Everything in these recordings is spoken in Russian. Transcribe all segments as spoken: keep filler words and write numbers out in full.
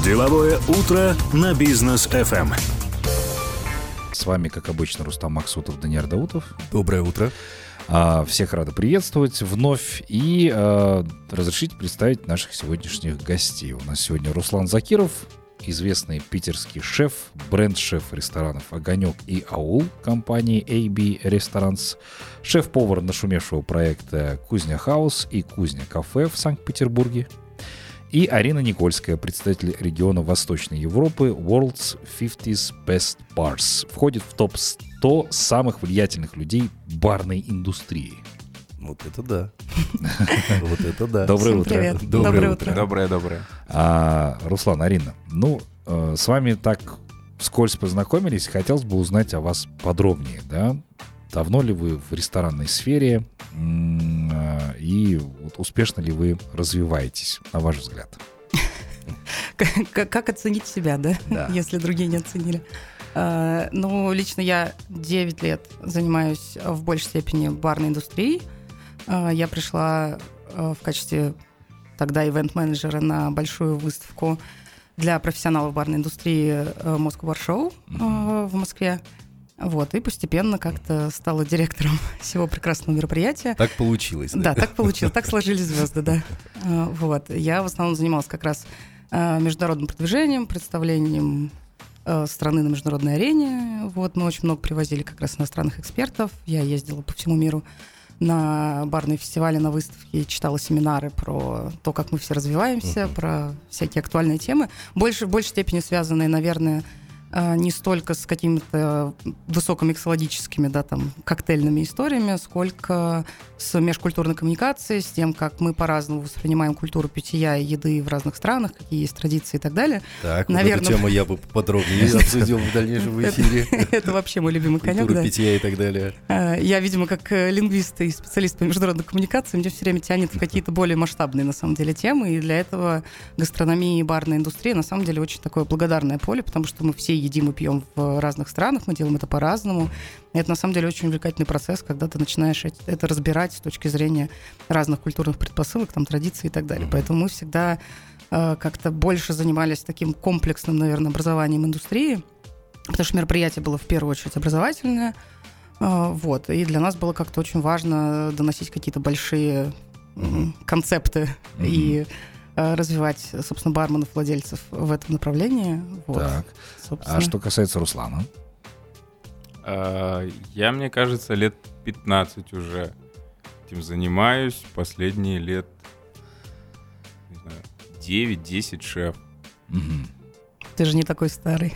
Деловое утро на Бизнес эф эм. С вами, как обычно, Рустам Максутов, Даниил Даутов. Доброе утро. А, всех рады приветствовать вновь и а, разрешите представить наших сегодняшних гостей. У нас сегодня Руслан Закиров, известный питерский шеф, бренд-шеф ресторанов «Огонек» и «Аул» компании эй би Restaurants, шеф-повар нашумевшего проекта «Кузня Хаус» и «Кузня Кафе» в Санкт-Петербурге. И Арина Никольская, представитель региона Восточной Европы World's пятьдесят Best Bars. Входит в топ сто самых влиятельных людей барной индустрии. Вот это да. Вот это да. Доброе утро. Доброе утро. Доброе, доброе. А, Руслан, Арина, ну, э, с вами так вскользь познакомились. Хотелось бы узнать о вас подробнее, да? Давно ли вы в ресторанной сфере и вот успешно ли вы развиваетесь, на ваш взгляд? Как, как оценить себя, да? Да. Если другие не оценили? А, ну, лично я девять лет занимаюсь в большей степени барной индустрией. А, я пришла а, в качестве тогда ивент-менеджера на большую выставку для профессионалов барной индустрии Moscow Bar Show а, в Москве. Вот, и постепенно как-то стала директором всего прекрасного мероприятия. Так получилось. Да, да так получилось, так сложились звезды, да. Вот, я в основном занималась как раз международным продвижением, представлением страны на международной арене. Вот, мы очень много привозили как раз иностранных экспертов. Я ездила по всему миру на барные фестивали, на выставки, читала семинары про то, как мы все развиваемся, uh-huh. про всякие актуальные темы. Больше, в большей степени связанные, наверное, не столько с какими-то высокомиксологическими, да, там, коктейльными историями, сколько с межкультурной коммуникацией, с тем, как мы по-разному воспринимаем культуру питья и еды в разных странах, какие есть традиции и так далее. Так, наверное, вот эту тему я бы подробнее обсудил в дальнейшем эфире. Это вообще мой любимый конек, да. Культура питья и так далее. Я, видимо, как лингвист и специалист по международной коммуникации, мне все время тянет в какие-то более масштабные, на самом деле, темы, и для этого гастрономия и барная индустрия, на самом деле, очень такое благодарное поле, потому что мы все едим и пьем в разных странах, мы делаем это по-разному. И это, на самом деле, очень увлекательный процесс, когда ты начинаешь это разбирать с точки зрения разных культурных предпосылок, там, традиций и так далее. Mm-hmm. Поэтому мы всегда э, как-то больше занимались таким комплексным, наверное, образованием индустрии, потому что мероприятие было в первую очередь образовательное. Э, вот. И для нас было как-то очень важно доносить какие-то большие mm-hmm. концепты mm-hmm. и развивать, собственно, барменов, владельцев в этом направлении. Вот, так. Собственно. А что касается Руслана? А, я, мне кажется, лет пятнадцать уже этим занимаюсь. Последние лет, не знаю, девять-десять шеф. Ты же не такой старый.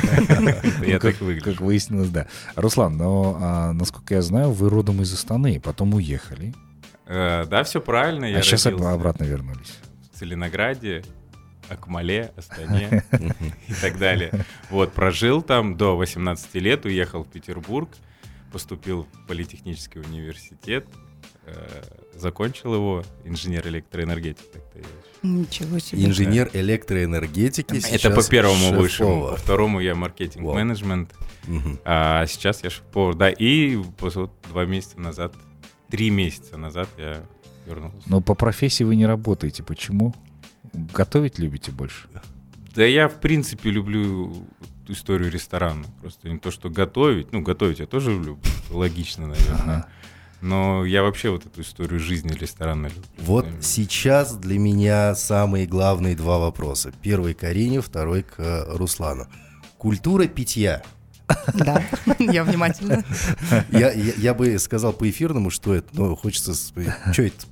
Я так выгляжу. Как выяснилось, да. Руслан, но, насколько я знаю, вы родом из Астаны, потом уехали. Да, все правильно. А сейчас обратно вернулись. В Целинограде, Акмале, Астане и так далее. Вот, прожил там до восемнадцати лет, уехал в Петербург, поступил в Политехнический университет, э, закончил его, инженер электроэнергетики. Ничего себе. Инженер электроэнергетики. Это по первому шеф-повар. Высшему, по второму я маркетинг-менеджмент, угу. а сейчас я шеф-повар. Да, и вот два месяца назад, три месяца назад я вернулся. Но по профессии вы не работаете. Почему? Готовить любите больше? Да я, в принципе, люблю историю ресторана. Просто не то, что готовить. Ну, готовить я тоже люблю. Логично, наверное. Ага. Но я вообще вот эту историю жизни ресторана люблю. Вот сейчас для меня самые главные два вопроса. Первый к Арине, второй к Руслану. Культура питья. Да, я внимательно. Я, я, я бы сказал по-эфирному, что это, но хочется... Что это?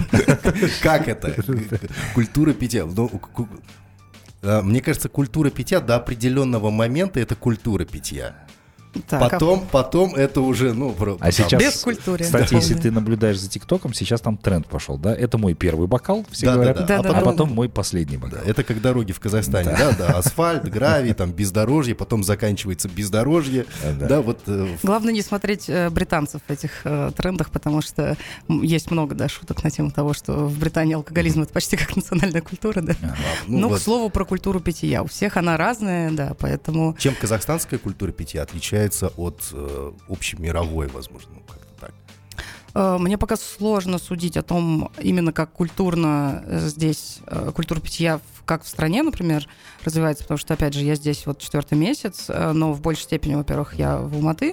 Как это? Культура питья. Ну, мне кажется, культура питья до определенного момента — это культура питья. Так, потом, а... потом это уже, ну, а там, сейчас, без культуры. Кстати, если ты наблюдаешь за ТикТоком, сейчас там тренд пошел, да? Это мой первый бокал, все да, говорят, да, да. а, а, потом, потом, а потом мой последний бокал. Да, это как дороги в Казахстане, да, да, да, асфальт, гравий, там бездорожье, потом заканчивается бездорожье, да, да вот. Э, Главное не смотреть э, британцев в этих э, трендах, потому что есть много, да, шуток на тему того, что в Британии алкоголизм — это почти как национальная культура, да. А, ну, Но вот. К слову про культуру питья, у всех она разная, да, поэтому. Чем казахстанская культура питья отличается от общемировой, возможно, ну, как-то так? Мне пока сложно судить о том, именно как культурно здесь, культура питья, как в стране, например, развивается, потому что, опять же, я здесь вот четвертый месяц, но в большей степени, во-первых, я в Алматы,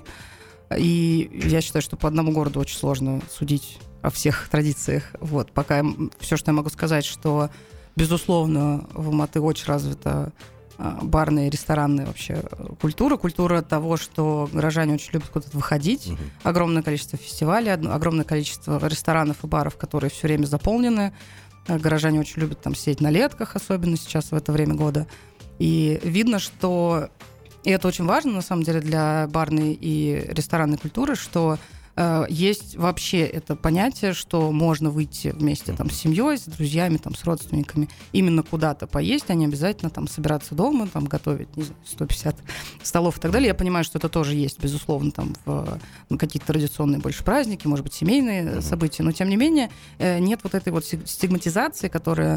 и я считаю, что по одному городу очень сложно судить о всех традициях. Вот, пока все, что я могу сказать, что, безусловно, в Алматы очень развита барная и ресторанная вообще культура, культура того, что горожане очень любят куда-то выходить, uh-huh. огромное количество фестивалей, огромное количество ресторанов и баров, которые все время заполнены, горожане очень любят там сидеть на летках, особенно сейчас в это время года, и видно, что, и это очень важно на самом деле для барной и ресторанной культуры, что есть вообще это понятие, что можно выйти вместе там, с семьей, с друзьями, там, с родственниками, именно куда-то поесть, а не обязательно там, собираться дома, там, готовить, не знаю, сто пятьдесят столов и так далее. Я понимаю, что это тоже есть, безусловно, там, в ну, какие-то традиционные больше праздники, может быть, семейные mm-hmm. события, но, тем не менее, нет вот этой вот стигматизации, которая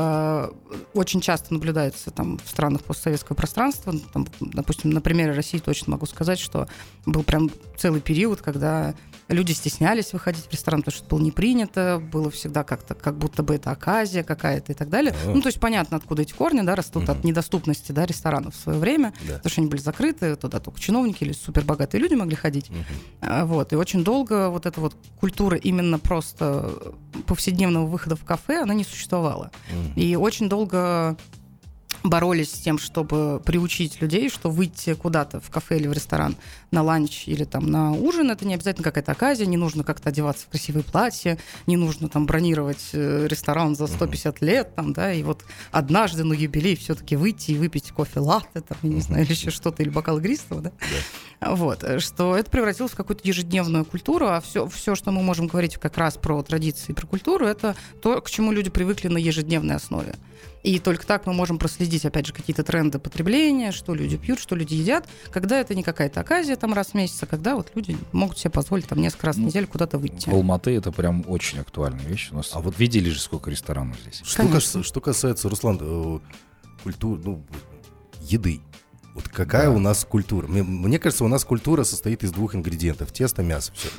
очень часто наблюдается там, в странах постсоветского пространства. Там, допустим, на примере России точно могу сказать, что был прям целый период, когда люди стеснялись выходить в ресторан, потому что это было не принято, было всегда как-то, как будто бы это оказия какая-то и так далее. А-а-а. Ну, то есть понятно, откуда эти корни, да, растут угу. от недоступности, да, ресторанов в свое время, да. потому что они были закрыты, туда только чиновники или супербогатые люди могли ходить. Угу. Вот, и очень долго вот эта вот культура именно просто повседневного выхода в кафе, она не существовала. Угу. И очень долго боролись с тем, чтобы приучить людей, что выйти куда-то в кафе или в ресторан на ланч или там на ужин, это не обязательно какая-то оказия, не нужно как-то одеваться в красивые платья, не нужно там бронировать ресторан за сто пятьдесят лет, там, да, и вот однажды на юбилей все-таки выйти и выпить кофе-латте, там, я не знаю, или еще что-то, или бокал игристого, да, yeah. вот, что это превратилось в какую-то ежедневную культуру, а все, все, что мы можем говорить как раз про традиции, про культуру, это то, к чему люди привыкли на ежедневной основе. И только так мы можем проследить, опять же, какие-то тренды потребления, что люди пьют, что люди едят, когда это не какая-то оказия там раз в месяц, а когда вот люди могут себе позволить там несколько раз в неделю куда-то выйти. В Алматы это прям очень актуальная вещь. У нас. А вот видели же, сколько ресторанов здесь? Что, касается, что касается, Руслан, культуры, ну, еды. Вот какая да. у нас культура? Мне, мне кажется, у нас культура состоит из двух ингредиентов: тесто, мясо, все.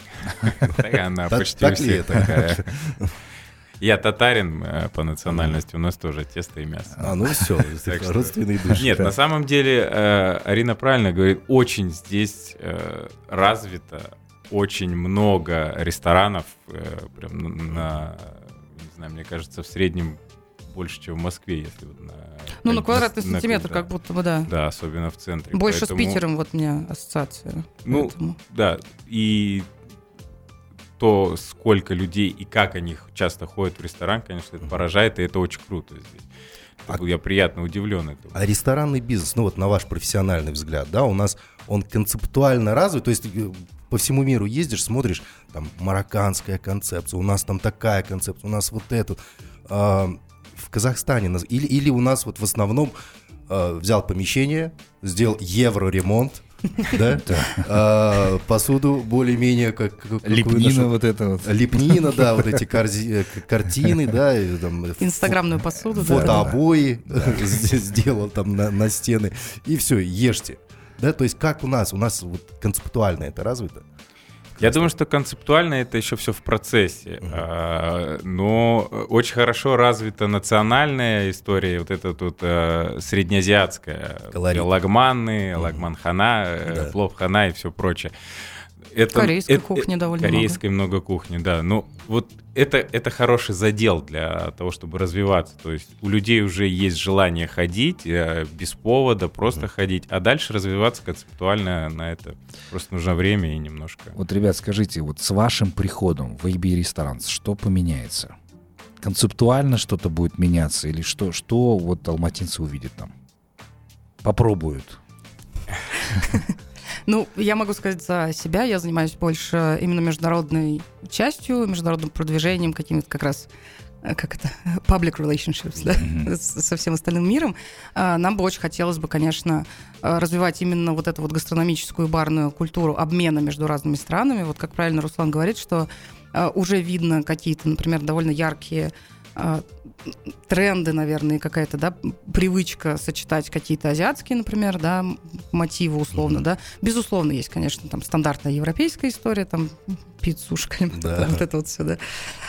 Она почти у всех такая. Я татарин по национальности, у нас тоже тесто и мясо. А, ну все, родственные души. Нет, на самом деле, Арина правильно говорит, очень здесь развито, очень много ресторанов, прям на, не знаю, мне кажется, в среднем больше, чем в Москве, если вот на... Ну, на квадратный на, сантиметр, на, как будто бы, да. Да, особенно в центре. Больше Поэтому... с Питером вот у меня ассоциация. Ну, поэтому. Да, и... то, сколько людей и как они часто ходят в ресторан, конечно, это поражает, и это очень круто здесь. А, я приятно удивлен этому. А ресторанный бизнес, ну вот на ваш профессиональный взгляд, да, у нас он концептуально развит, то есть по всему миру ездишь, смотришь, там марокканская концепция, у нас там такая концепция, у нас вот эту. А, в Казахстане, или, или у нас вот в основном а, взял помещение, сделал евроремонт, да? а, посуду более-менее как, как лепнина вот это вот лепнина, да, вот эти корзи, картины, да, и, там, инстаграмную посуду, фотообои да. сделал там на, на стены и все, ешьте, да, то есть как у нас, у нас вот концептуально это развито. Я думаю, что концептуально это еще все в процессе, uh-huh. а, но очень хорошо развита национальная история, вот эта тут а, среднеазиатская, колорит. Лагманы, uh-huh. лагман-хана, uh-huh. плов-хана и все прочее. Это, корейской это, кухни это, довольно корейской много. много кухни, да. Но вот это, это хороший задел для того, чтобы развиваться. То есть у людей уже есть желание ходить без повода, просто mm-hmm. ходить, а дальше развиваться концептуально на это. Просто нужно время и немножко. Вот, ребят, скажите, вот с вашим приходом в эй би Restaurants что поменяется? Концептуально что-то будет меняться? Или что, что вот алматинцы увидят там? Попробуют? Ну, я могу сказать за себя, я занимаюсь больше именно международной частью, международным продвижением, какими-то как раз, как это, public relationships, да, mm-hmm. со всем остальным миром. Нам бы очень хотелось бы, конечно, развивать именно вот эту вот гастрономическую барную культуру обмена между разными странами. Вот как правильно Руслан говорит, что уже видно какие-то, например, довольно яркие тренды, наверное, какая-то, да, привычка сочетать какие-то азиатские, например, да, мотивы условно, mm-hmm. да. Безусловно, есть, конечно, там стандартная европейская история, там пиццушка, да. вот это вот все, да.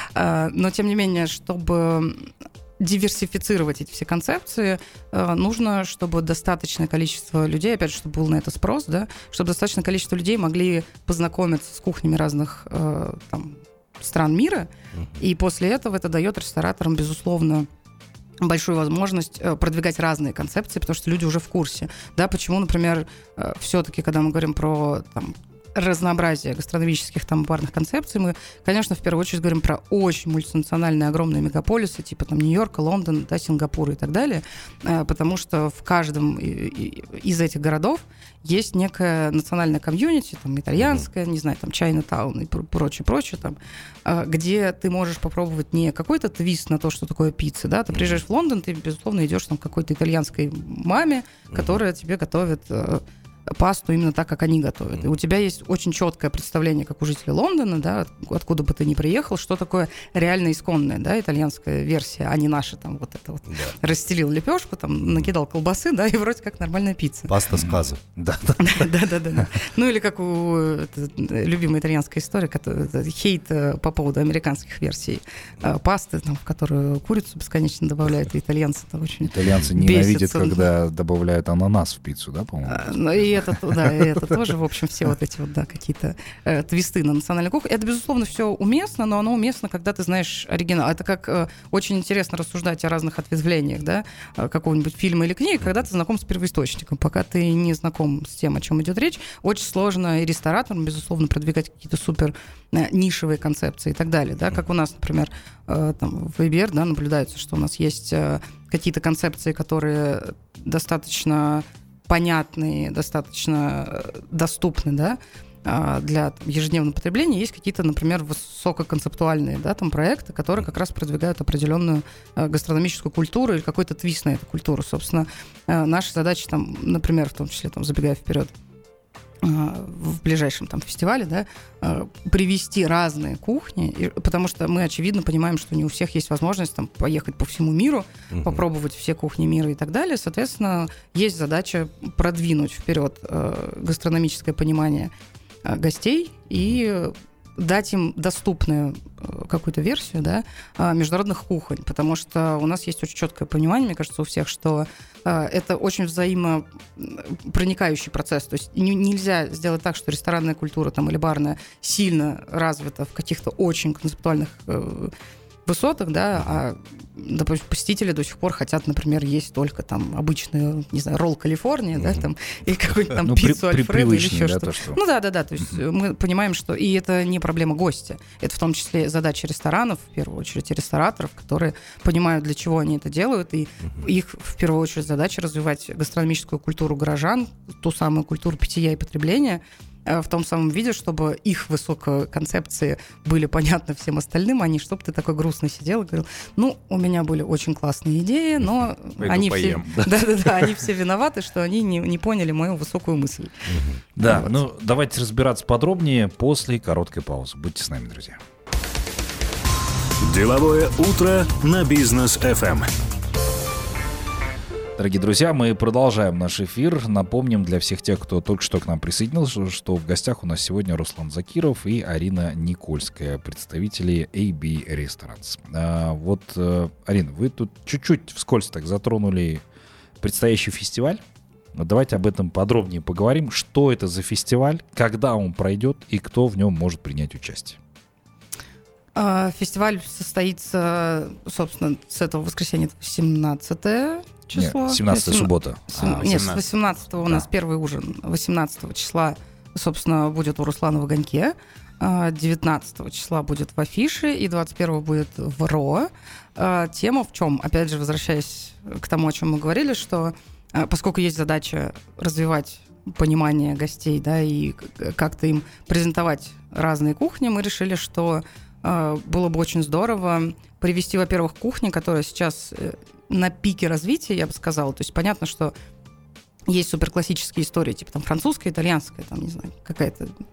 А, но, тем не менее, чтобы диверсифицировать эти все концепции, нужно, чтобы достаточное количество людей, опять же, чтобы был на это спрос, да, чтобы достаточное количество людей могли познакомиться с кухнями разных там, стран мира, uh-huh. и после этого это дает рестораторам, безусловно, большую возможность продвигать разные концепции, потому что люди уже в курсе. Да, почему, например, все-таки, когда мы говорим про там, разнообразие гастрономических там барных концепций, мы, конечно, в первую очередь говорим про очень мультинациональные огромные мегаполисы, типа там Нью-Йорка, Лондон, да, Сингапур и так далее, потому что в каждом из этих городов есть некая национальная комьюнити, там, итальянская, mm-hmm. не знаю, там, Чайна-таун и прочее, прочее, там, где ты можешь попробовать не какой-то твист на то, что такое пицца, да, ты mm-hmm. приезжаешь в Лондон, ты, безусловно, идешь там к какой-то итальянской маме, mm-hmm. которая тебе готовит пасту именно так, как они готовят. И у тебя есть очень четкое представление, как у жителей Лондона, да, откуда бы ты ни приехал, что такое реально исконная, да, итальянская версия, а не наша, там, вот это вот. Да. Расстелил лепешку, там, накидал колбасы, да, и вроде как нормальная пицца. Паста с каза. Да, да, да. Ну, или как у любимой итальянской истории, хейт по поводу американских версий пасты, в которую курицу бесконечно добавляют, и итальянцы это очень Итальянцы ненавидят, когда добавляют ананас в пиццу, да, по-моему? И это, да, и это тоже, в общем, все вот эти вот, да, какие-то э, твисты на национальной кухне. Это, безусловно, все уместно, но оно уместно, когда ты знаешь оригинал. Это как э, очень интересно рассуждать о разных ответвлениях, да, какого-нибудь фильма или книги, когда ты знаком с первоисточником. Пока ты не знаком с тем, о чем идет речь, очень сложно и рестораторам, безусловно, продвигать какие-то супер э, нишевые концепции и так далее, да, как у нас, например, э, там, в эй би эр, да, наблюдается, что у нас есть э, какие-то концепции, которые достаточно понятные, достаточно доступны, да, для ежедневного потребления. Есть какие-то, например, высококонцептуальные, да, там проекты, которые как раз продвигают определенную гастрономическую культуру или какой-то твист на эту культуру. Собственно, наша задача, там, например, в том числе, там, забегая вперед, в ближайшем там фестивале, да, привести разные кухни, потому что мы, очевидно, понимаем, что не у всех есть возможность там поехать по всему миру, uh-huh. попробовать все кухни мира и так далее. Соответственно, есть задача продвинуть вперед гастрономическое понимание гостей и дать им доступную какую-то версию, да, международных кухонь, потому что у нас есть очень четкое понимание, мне кажется, у всех, что это очень взаимопроникающий процесс. То есть нельзя сделать так, что ресторанная культура там, или барная сильно развита в каких-то очень концептуальных высотах, да, а, допустим, посетители до сих пор хотят, например, есть только там обычный, не знаю, ролл Калифорния, mm-hmm. да, там, или какую-нибудь там ну, пиццу при, Альфредо или еще да, что-то. что. Ну да, да, да, то есть mm-hmm. мы понимаем, что и это не проблема гостя, это в том числе задача ресторанов, в первую очередь, и рестораторов, которые понимают, для чего они это делают, и mm-hmm. их в первую очередь задача развивать гастрономическую культуру горожан, ту самую культуру питья и потребления, в том самом виде, чтобы их высококонцепции были понятны всем остальным, а не чтобы ты такой грустный сидел и говорил, ну, у меня были очень классные идеи, но Пойду они поем. все, да, да, да, они все виноваты, что они не, не поняли мою высокую мысль. Да, вот. Ну, давайте разбираться подробнее после короткой паузы. Будьте с нами, друзья. Деловое утро на Бизнес эф эм. Дорогие друзья, мы продолжаем наш эфир. Напомним для всех тех, кто только что к нам присоединился, что в гостях у нас сегодня Руслан Закиров и Арина Никольская, представители эй би Restaurants. А, вот, Арина, вы тут чуть-чуть вскользь так затронули предстоящий фестиваль. Давайте об этом подробнее поговорим. Что это за фестиваль, когда он пройдет и кто в нем может принять участие? Фестиваль состоится, собственно, с этого воскресенья, семнадцатое число. Нет, семнадцатая суббота. А, Нет, с восемнадцатого у нас да. первый ужин. восемнадцатого числа, собственно, будет у Руслана в огоньке. девятнадцатого числа будет в афише, и двадцать первого будет в РО. Тема в чем? Опять же, возвращаясь к тому, о чем мы говорили, что поскольку есть задача развивать понимание гостей, да, и как-то им презентовать разные кухни, мы решили, что было бы очень здорово привести, во-первых, кухни, которая сейчас на пике развития, я бы сказала. То есть понятно, что есть суперклассические истории, типа там французская, итальянская, там, не знаю, какая-то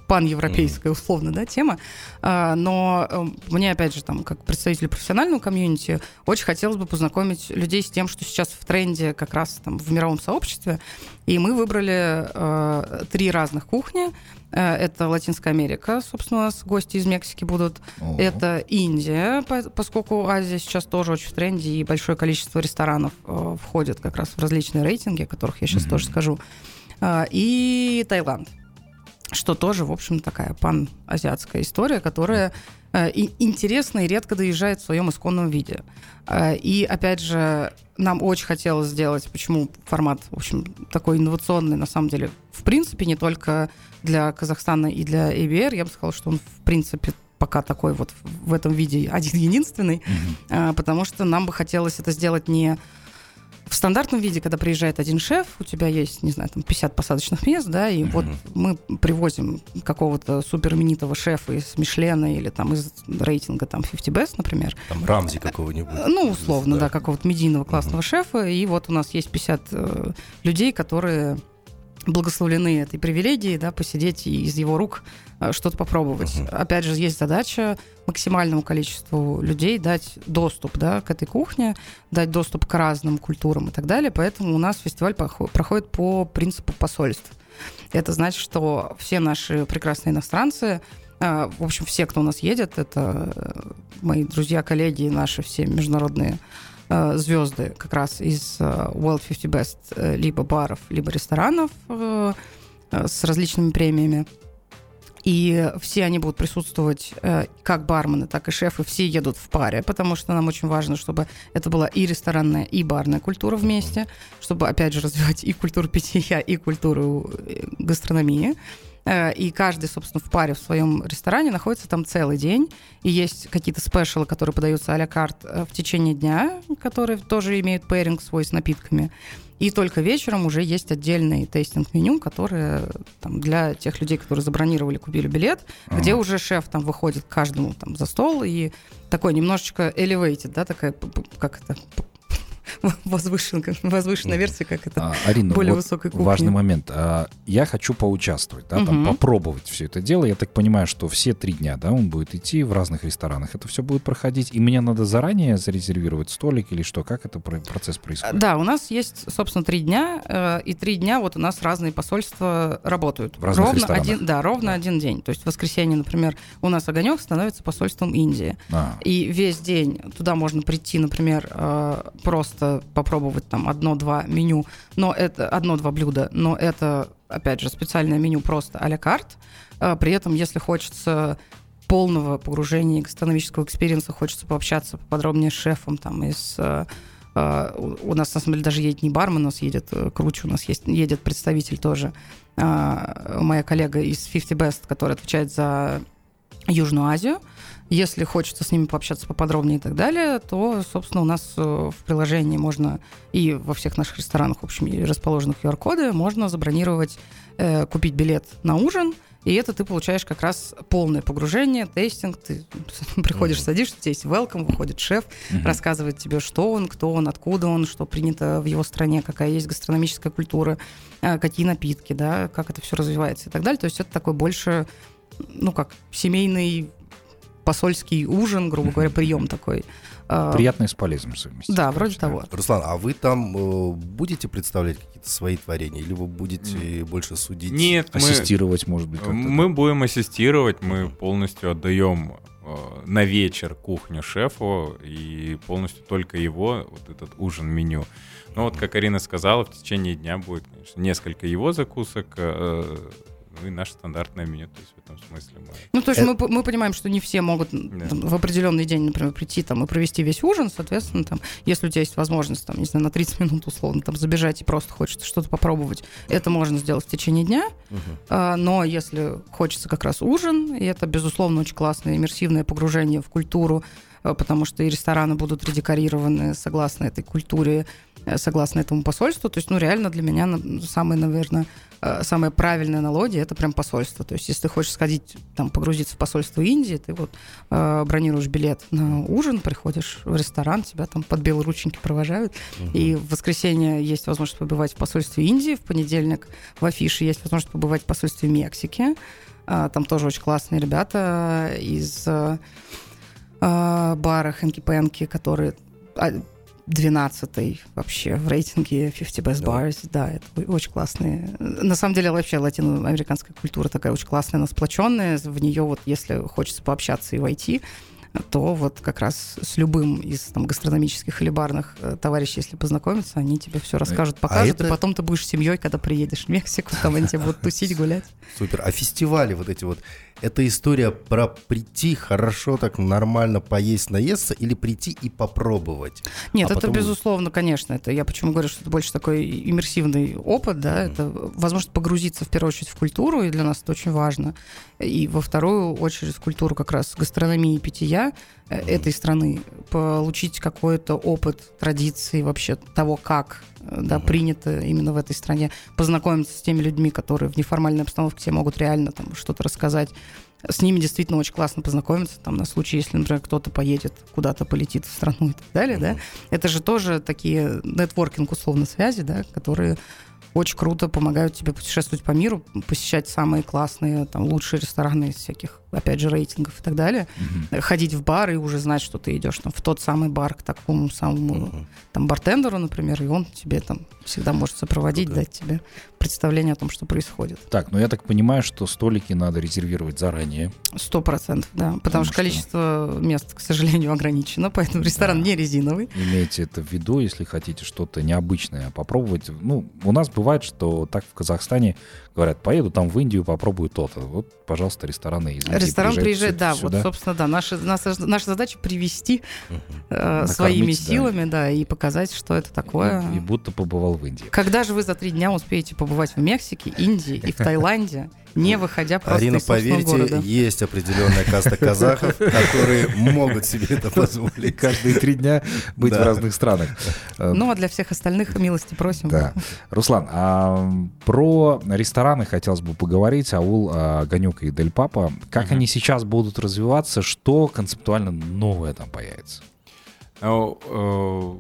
паневропейская, условно, да, тема. А, но а, мне, опять же, там, как представителю профессионального комьюнити, очень хотелось бы познакомить людей с тем, что сейчас в тренде как раз там в мировом сообществе. И мы выбрали а, три разных кухни. А, это Латинская Америка, собственно, у нас гости из Мексики будут. О. Это Индия, по, поскольку Азия сейчас тоже очень в тренде, и большое количество ресторанов а, входит как раз в различные рейтинги, о которых я сейчас mm-hmm. тоже скажу. А, и Таиланд, что тоже, в общем, такая пан-азиатская история, которая э, и интересна и редко доезжает в своем исконном виде. Э, и, опять же, нам очень хотелось сделать, почему формат, в общем, такой инновационный, на самом деле, в принципе, не только для Казахстана и для эй би ар, я бы сказала, что он, в принципе, пока такой вот в этом виде один-единственный, mm-hmm. э, потому что нам бы хотелось это сделать не в стандартном виде, когда приезжает один шеф, у тебя есть, не знаю, там пятьдесят посадочных мест, да, и mm-hmm. вот мы привозим какого-то суперименитого шефа из Мишлена или там из рейтинга там пятьдесят Best, например. Там Рамзи какого-нибудь. Ну, условно, да, да какого-то медийного классного mm-hmm. шефа, и вот у нас есть пятьдесят э, людей, которые благословлены этой привилегией, да, посидеть и из его рук э, что-то попробовать. Uh-huh. Опять же, есть задача максимальному количеству людей дать доступ, да, к этой кухне, дать доступ к разным культурам и так далее. Поэтому у нас фестиваль проходит по принципу посольств. Это значит, что все наши прекрасные иностранцы, э, в общем, все, кто у нас едет, это мои друзья, коллеги, наши все международные звезды как раз из World пятьдесят Best либо баров, либо ресторанов с различными премиями. И все они будут присутствовать как бармены, так и шефы. Все едут в паре, потому что нам очень важно, чтобы это была и ресторанная, и барная культура вместе, чтобы, опять же, развивать и культуру питья, и культуру гастрономии. И каждый, собственно, в паре в своем ресторане находится там целый день. И есть какие-то спешалы, которые подаются а-ля карт в течение дня, которые тоже имеют пэринг свой с напитками. И только вечером уже есть отдельный тейстинг-меню, которое там, для тех людей, которые забронировали, купили билет, ага. где уже шеф там выходит к каждому там, за стол и такой немножечко elevated, да, такая, как это... Возвышенная, возвышенная версия, как это, а, Арина, более вот высокой кухни. Важный момент. А, я хочу поучаствовать, да, там, угу. попробовать все это дело. Я так понимаю, что все три дня, да, он будет идти в разных ресторанах. Это все будет проходить. И мне надо заранее зарезервировать столик или что? Как это процесс происходит? Да, у нас есть, собственно, три дня. Э, и три дня вот у нас разные посольства работают. В разных ровно ресторанах? Один, да, ровно да. один день. То есть в воскресенье, например, у нас «Огонек» становится посольством Индии. А. И весь день туда можно прийти, например, э, просто попробовать там одно-два меню, но это одно-два блюда, но это, опять же, специальное меню просто а-ля карт. При этом, если хочется полного погружения гастрономического экспириенса, хочется пообщаться поподробнее с шефом, там, из... У нас, на самом деле, даже едет не бармен, у нас едет круче, у нас есть, едет представитель тоже, моя коллега из пятьдесят Best, которая отвечает за Южную Азию. Если хочется с ними пообщаться поподробнее и так далее, то, собственно, у нас в приложении можно и во всех наших ресторанах, в общем, расположенных ку ар-коды, можно забронировать, э, купить билет на ужин, и это ты получаешь как раз полное погружение, тейстинг, ты приходишь, mm-hmm. садишься, у тебя есть welcome, выходит шеф, mm-hmm. рассказывает тебе, что он, кто он, откуда он, что принято в его стране, какая есть гастрономическая культура, какие напитки, да, как это все развивается и так далее. То есть это такой больше, ну как, семейный посольский ужин, грубо говоря, прием такой. Приятное с полезным совместить. Да, вроде того. Руслан, а вы там э, будете представлять какие-то свои творения, или вы будете mm. больше судить? Нет, ассистировать, мы, может быть, как-то? Мы будем ассистировать, мы полностью отдаем э, на вечер кухню шефу, и полностью только его, вот этот ужин-меню. Но вот, как Арина сказала, в течение дня будет, конечно, несколько его закусок, э, ну и наше стандартное меню, то есть в этом смысле мы... Ну, то есть это... мы, мы понимаем, что не все могут да. там, в определенный день, например, прийти там и провести весь ужин, соответственно, там, если у тебя есть возможность, там, не знаю, на тридцать минут условно там забежать и просто хочется что-то попробовать, это можно сделать в течение дня, uh-huh. а, но если хочется как раз ужин, и это, безусловно, очень классное иммерсивное погружение в культуру, потому что и рестораны будут редекорированы согласно этой культуре, согласно этому посольству. То есть, ну, реально для меня самое, наверное, самая правильная аналогия — это прям посольство. То есть, если ты хочешь сходить, там, погрузиться в посольство Индии, ты вот э, бронируешь билет на ужин, приходишь в ресторан, тебя там под белые рученьки провожают. Uh-huh. И в воскресенье есть возможность побывать в посольстве Индии, в понедельник в афише есть возможность побывать в посольстве Мексики. Там тоже очень классные ребята из бара Хэнки Пэнки, которые двенадцатый вообще в рейтинге пятьдесят Best Bars. Да, это очень классные. На самом деле, вообще латиноамериканская культура такая очень классная, она сплоченная. В нее вот, если хочется пообщаться и войти, то вот как раз с любым из там, гастрономических или барных товарищей, если познакомиться, они тебе все расскажут, покажут, а это... и потом ты будешь семьей, когда приедешь в Мексику, там они тебе будут тусить, гулять. Супер. А фестивали вот эти вот, это история про прийти хорошо, так нормально поесть, наесться или прийти и попробовать? Нет, а это потом... безусловно, конечно. Это я почему говорю, что это больше такой иммерсивный опыт, да, mm-hmm. это возможность погрузиться в первую очередь в культуру, и для нас это очень важно. И во вторую очередь в культуру как раз гастрономии и питья mm-hmm. этой страны, получить какой-то опыт, традиции вообще того, как да, mm-hmm. принято именно в этой стране, познакомиться с теми людьми, которые в неформальной обстановке тебе могут реально там что-то рассказать. С ними действительно очень классно познакомиться, там, на случай, если, например, кто-то поедет, куда-то полетит в страну и так далее, mm-hmm. да. Это же тоже такие нетворкинг, условно, связи, да, которые очень круто помогают тебе путешествовать по миру, посещать самые классные, там, лучшие рестораны из всяких, опять же, рейтингов и так далее, mm-hmm. ходить в бар и уже знать, что ты идешь там, в тот самый бар к такому самому mm-hmm. там, бартендеру, например, и он тебе там всегда может сопроводить, okay. дать тебе представление о том, что происходит. Так, ну я так понимаю, что столики надо резервировать заранее. Сто процентов, да, потому, потому что, что количество мест, к сожалению, ограничено, поэтому ресторан да. не резиновый. Имейте это в виду, если хотите что-то необычное попробовать. Ну, у нас бывает, что так в Казахстане говорят, поеду там в Индию, попробую то-то. Вот, пожалуйста, рестораны из Индии. Ресторан приезжает, да, сюда. Вот, собственно, да. Наша, наша, наша задача привести uh-huh. э, своими силами, да. да, и показать, что это такое. И, и будто побывал в Индии. Когда же вы за три дня успеете побывать в Мексике, Индии и в Таиланде, не выходя просто Арина, из собственного поверьте, города? Есть определенная каста казахов, которые могут себе это позволить. Каждые три дня быть в разных странах. Ну, а для всех остальных милости просим. Да. Руслан, а про рестораны хотелось бы поговорить. Аул, Огонек и Дель Папа. Как uh-huh. они сейчас будут развиваться? Что концептуально новое там появится? Ну, э,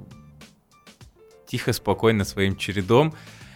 тихо, спокойно, своим чередом.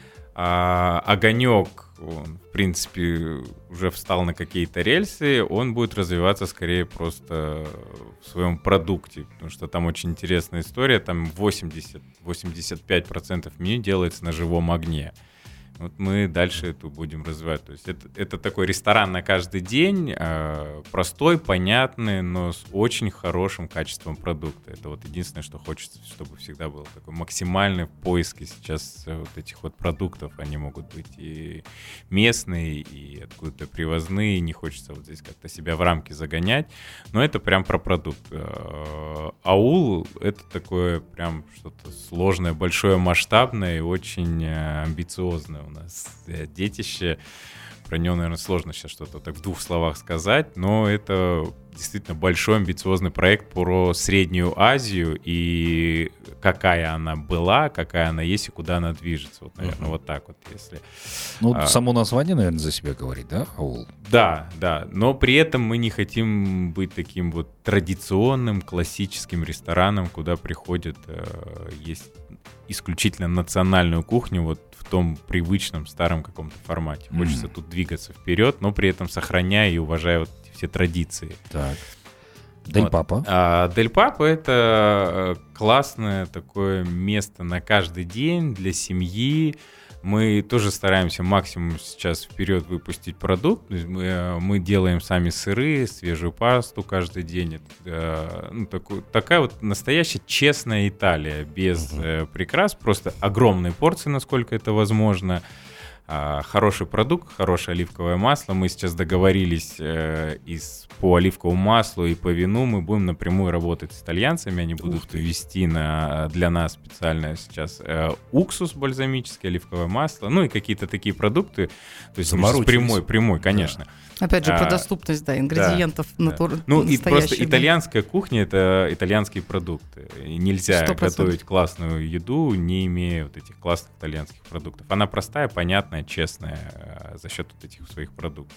А, Огонек, он, в принципе, уже встал на какие-то рельсы, он будет развиваться скорее просто в своем продукте, потому что там очень интересная история, там восемьдесят-восемьдесят пять процентов меню делается на живом огне. Вот мы дальше эту будем развивать. То есть это, это такой ресторан на каждый день, э, простой, понятный, но с очень хорошим качеством продукта. Это вот единственное, что хочется, чтобы всегда было такой максимальный поиск сейчас вот этих вот продуктов. Они могут быть и местные, и откуда-то привозные. Не хочется вот здесь как-то себя в рамки загонять. Но это прям про продукт. Э, аул — это такое прям что-то сложное, большое, масштабное и очень амбициозное у нас детище. Про него, наверное, сложно сейчас что-то так в двух словах сказать, но это действительно большой амбициозный проект про Среднюю Азию и какая она была, какая она есть и куда она движется. Вот, наверное, uh-huh. вот так вот, если... Ну, а, само название, наверное, за себя говорит, да, аул? Да, да, но при этом мы не хотим быть таким вот традиционным, классическим рестораном, куда приходят э, есть исключительно национальную кухню, вот в том привычном старом каком-то формате. Хочется mm-hmm. тут двигаться вперед, но при этом сохраняя и уважая вот все традиции. Так. Дель вот. Папа. А, Дель Папа — это классное такое место на каждый день для семьи. Мы тоже стараемся максимум сейчас вперед выпустить продукт. Мы, мы делаем сами сыры, свежую пасту каждый день. Это, ну, такой, такая вот настоящая честная Италия, без uh-huh. э, прикрас, просто огромные порции, насколько это возможно. А, хороший продукт, хорошее оливковое масло. Мы сейчас договорились э, из, по оливковому маслу и по вину. Мы будем напрямую работать с итальянцами. Они будут ввести на, для нас специально сейчас э, уксус бальзамический, оливковое масло, ну и какие-то такие продукты. То есть прямой, прямой, конечно. Да. Опять же, про а, доступность, да, ингредиентов да, натур... да. Ну и просто итальянская кухня — это итальянские продукты. И нельзя сто процентов готовить классную еду, не имея вот этих классных итальянских продуктов. Она простая, понятная, честная за счет вот этих своих продуктов.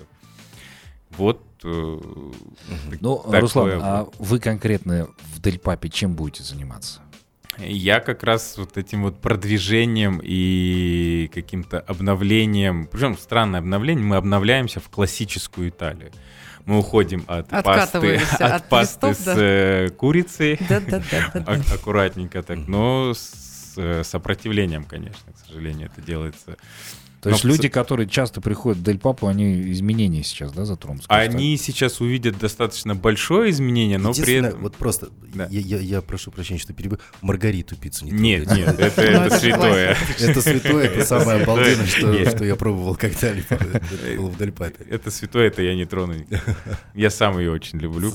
Вот. Э, ну, Руслан, вот. А вы конкретно в Дель Папе чем будете заниматься? Я как раз вот этим вот продвижением и каким-то обновлением, причем странное обновление, мы обновляемся в классическую Италию. Мы уходим от пасты, от от пасты листов, с да. э, курицей, Да, да, да, да, да. а- аккуратненько так, но с э, сопротивлением, конечно, к сожалению, это делается. То есть Но в люди, ц- которые часто приходят в Дель Папу, они изменения сейчас, да, затронут? скажем так? Они сейчас увидят достаточно большое изменение, но при Единственное, этом... вот просто, Да. я, я- я прошу прощения, что перебью, Маргариту пиццу не Нет, трогайте. нет, это, Ну, это это святое. Это святое, это самое обалденное, что, Нет. что я пробовал когда-либо. Это было в Дель Папе. Это святое, это я не трону. Я сам ее очень люблю.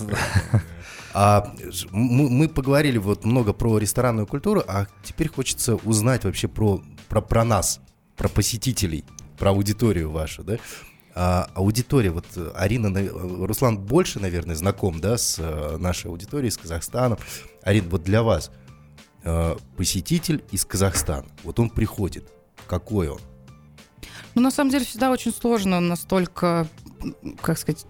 А ж- мы, мы поговорили вот много про ресторанную культуру, а теперь хочется узнать вообще про, про, про нас, про посетителей, про аудиторию вашу, да? А, аудитория, вот э, Арина, на- Руслан больше, наверное, знаком, да, с э, нашей аудиторией, с Казахстаном. Арин, вот для вас э, посетитель из Казахстана, вот он приходит, какой он? Ну, на самом деле, всегда очень сложно настолько, как сказать,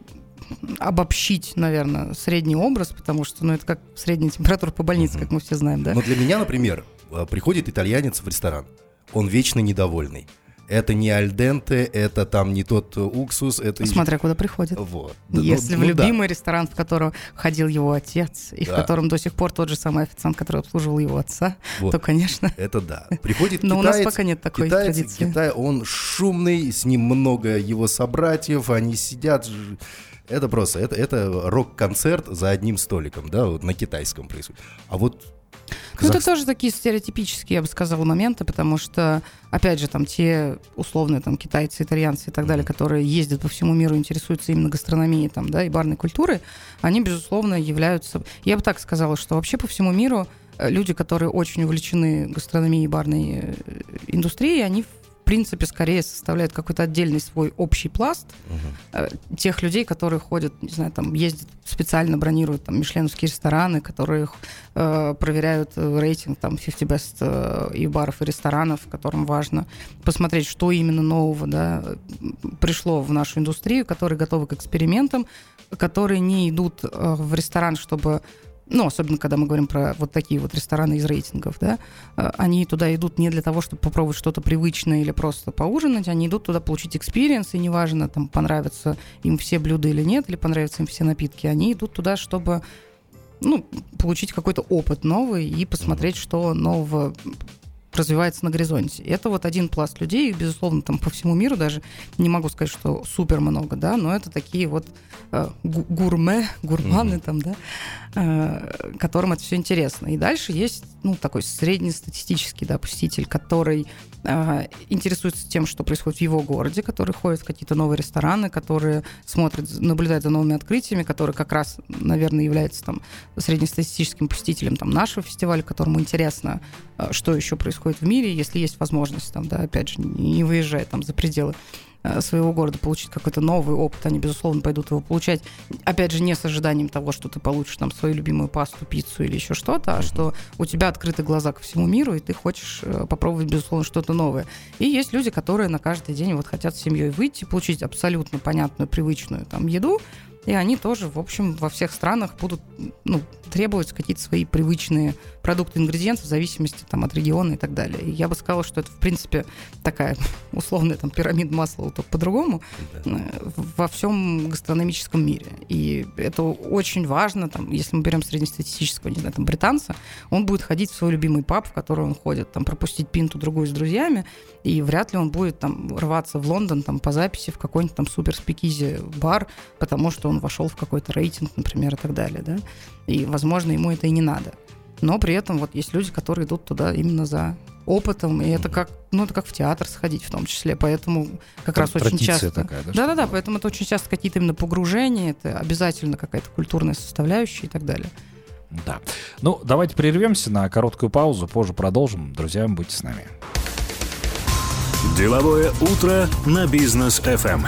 обобщить, наверное, средний образ, потому что, ну, это как средняя температура по больнице, как мы все знаем, да? Но для меня, например, э, приходит итальянец в ресторан, он вечно недовольный. Это не альденте, это там не тот э, уксус, это... Смотря куда приходит. Вот. Да, ну- Если ну в да. любимый ресторан, в котором ходил его отец, и Да. в котором до сих пор тот же самый официант, который обслуживал его отца, Вот. то, конечно. Это да. Приходит Но у китаец, нас пока нет такой китаец, традиции. Китай, он шумный, с ним много его собратьев, они сидят. ж- Это просто, это, это рок-концерт за одним столиком, да, вот на китайском происходит. А вот Ну, это Казахстан- тоже такие стереотипические, я бы сказала, моменты, потому что, опять же, там те условные там китайцы, итальянцы и так далее, которые ездят по всему миру, интересуются именно гастрономией там, да, и барной культурой, они, безусловно, являются... Я бы так сказала, что вообще по всему миру э, люди, которые очень увлечены гастрономией и барной э, индустрией, они, в принципе, скорее составляют какой-то отдельный свой общий пласт э, тех людей, которые ходят, не знаю, там, ездят, специально бронируют там мишленовские рестораны, которые э, проверяют э, рейтинг там пятьдесят Best э, и баров, и ресторанов, которым важно посмотреть, что именно нового, да, пришло в нашу индустрию, которые готовы к экспериментам, которые не идут э, в ресторан, чтобы... Ну, особенно, когда мы говорим про вот такие вот рестораны из рейтингов, да, э, они туда идут не для того, чтобы попробовать что-то привычное или просто поужинать, они идут туда получить экспириенс, и неважно, там, понравятся им все блюда или нет, или понравятся им все напитки, они идут туда, чтобы, ну, получить какой-то опыт новый и посмотреть, что нового развивается на горизонте. И это вот один пласт людей, их, безусловно, там по всему миру, даже не могу сказать, что супер много, да, но это такие вот э, гу- гурме, гурманы там, да, э, которым это все интересно. И дальше есть, ну, такой среднестатистический, да, посетитель, который э, интересуется тем, что происходит в его городе, который ходит в какие-то новые рестораны, которые смотрят, наблюдают за новыми открытиями, который как раз, наверное, является там среднестатистическим посетителем там нашего фестиваля, которому интересно, э, что еще происходит в мире, если есть возможность, там, да, опять же, не выезжая там за пределы э, своего города, получить какой-то новый опыт, они, безусловно, пойдут его получать. Опять же, не с ожиданием того, что ты получишь там свою любимую пасту, пиццу или еще что-то, а что у тебя открыты глаза ко всему миру, и ты хочешь э, попробовать, безусловно, что-то новое. И есть люди, которые на каждый день вот хотят с семьей выйти, получить абсолютно понятную, привычную там еду, и они тоже, в общем, во всех странах будут, ну, требовать какие-то свои привычные продукты, ингредиенты в зависимости там, от региона и так далее. И я бы сказала, что это, в принципе, такая условная там, пирамида Маслоу, только по-другому, э, во всем гастрономическом мире. И это очень важно, там, если мы берем среднестатистического, не знаю, там, британца, он будет ходить в свой любимый паб, в который он ходит, там, пропустить пинту-другую с друзьями, и вряд ли он будет там рваться в Лондон там, по записи в какой-нибудь там супер-спикизи бар, потому что он вошел в какой-то рейтинг, например, и так далее, да. И, возможно, ему это и не надо. Но при этом вот есть люди, которые идут туда именно за опытом, и это как, ну, это как в театр сходить в том числе, поэтому как раз очень Традиция часто... такая, да, Да-да-да, что-то. поэтому это очень часто какие-то именно погружения, это обязательно какая-то культурная составляющая и так далее. Да. Ну, давайте прервемся на короткую паузу, позже продолжим. Друзья, будьте с нами. Деловое утро на бизнес эф эм.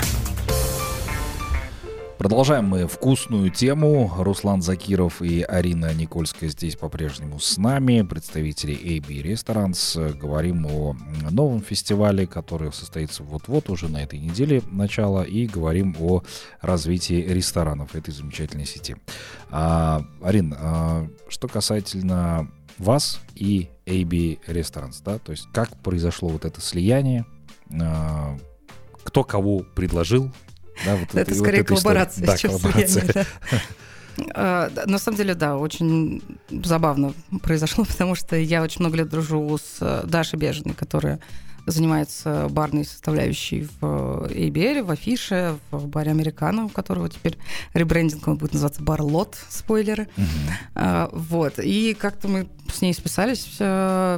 Продолжаем мы вкусную тему. Руслан Закиров и Арина Никольская здесь по-прежнему с нами, представители эй би Restaurants. Говорим о новом фестивале, который состоится вот-вот, уже на этой неделе начало, и говорим о развитии ресторанов этой замечательной сети. А, Арин, а, что касательно вас и эй би Restaurants, да, то есть как произошло вот это слияние, э, кто кого предложил, да, вот это вот скорее вот коллаборация, да, чем коллаборация. слияние, да. На самом деле, да, очень забавно произошло, потому что я очень много лет дружу с Дашей Бежиной, которая занимается барной составляющей в эй би ар, в Афише, в баре Американо, у которого теперь ребрендинг, он будет называться бар Лот, спойлеры. Uh-huh. А, вот. И как-то мы с ней списались э,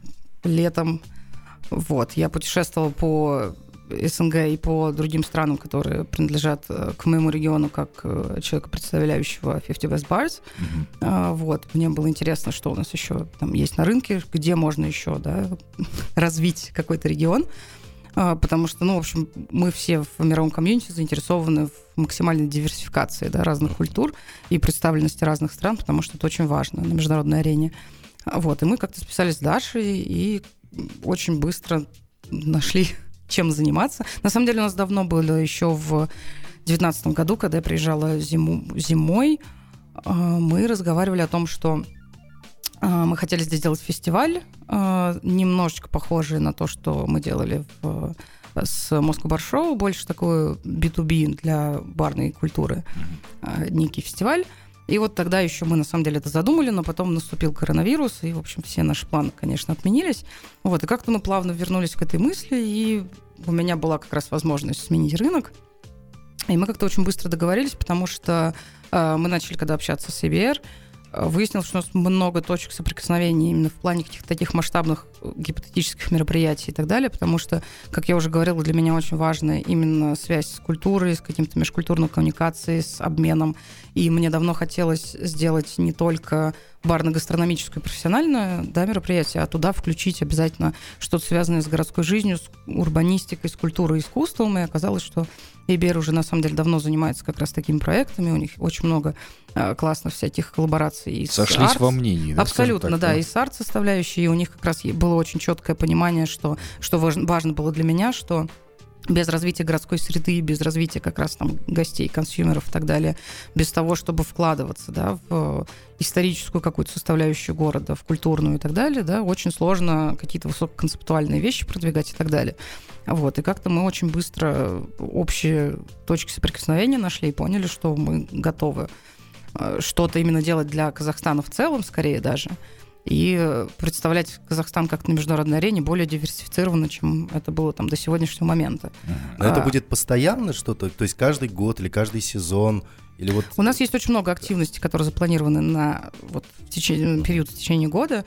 летом. Вот. Я путешествовала по СНГ и по другим странам, которые принадлежат к моему региону, как человека, представляющего пятьдесят Best Bars. Mm-hmm. А, вот. Мне было интересно, что у нас еще там есть на рынке, где можно еще, да, развить какой-то регион. А, потому что, ну, в общем, мы все в мировом комьюнити заинтересованы в максимальной диверсификации, да, разных культур и представленности разных стран, потому что это очень важно на международной арене. Вот. И мы как-то списались с Дашей и очень быстро нашли, чем заниматься. На самом деле у нас давно было еще в девятнадцатом году, когда я приезжала зиму, зимой, мы разговаривали о том, что мы хотели здесь сделать фестиваль, немножечко похожий на то, что мы делали в, с Moscow Bar Show, больше такой би ту би для барной культуры, некий фестиваль. И вот тогда еще мы, на самом деле, это задумали, но потом наступил коронавирус, и, в общем, все наши планы, конечно, отменились. Вот, и как-то мы плавно вернулись к этой мысли, и у меня была как раз возможность сменить рынок. И мы как-то очень быстро договорились, потому что э, мы начали, когда общаться с эй би ар, выяснилось, что у нас много точек соприкосновения именно в плане каких-то таких масштабных гипотетических мероприятий и так далее, потому что, как я уже говорила, для меня очень важна именно связь с культурой, с каким-то межкультурной коммуникацией, с обменом. И мне давно хотелось сделать не только барно-гастрономическое профессиональное, да, мероприятие, а туда включить обязательно что-то связанное с городской жизнью, с урбанистикой, с культурой и искусством. И оказалось, что эй би ар уже на самом деле давно занимается как раз такими проектами. У них очень много э, классных всяких коллабораций. И сошлись с во мнении. Да, абсолютно, так, да, да, и с арт-составляющей. И у них как раз было очень четкое понимание, что, что важно было для меня, что без развития городской среды, без развития как раз там гостей, консюмеров и так далее, без того, чтобы вкладываться, да, в историческую какую-то составляющую города, в культурную и так далее, да, очень сложно какие-то высококонцептуальные вещи продвигать и так далее. Вот, и как-то мы очень быстро общие точки соприкосновения нашли и поняли, что мы готовы что-то именно делать для Казахстана в целом, скорее даже, и представлять Казахстан как на международной арене более диверсифицированно, чем это было там до сегодняшнего момента. Но а, это будет постоянно что-то? То есть каждый год или каждый сезон? Или вот... У нас есть очень много активностей, которые запланированы на вот, в течение, период в течение года.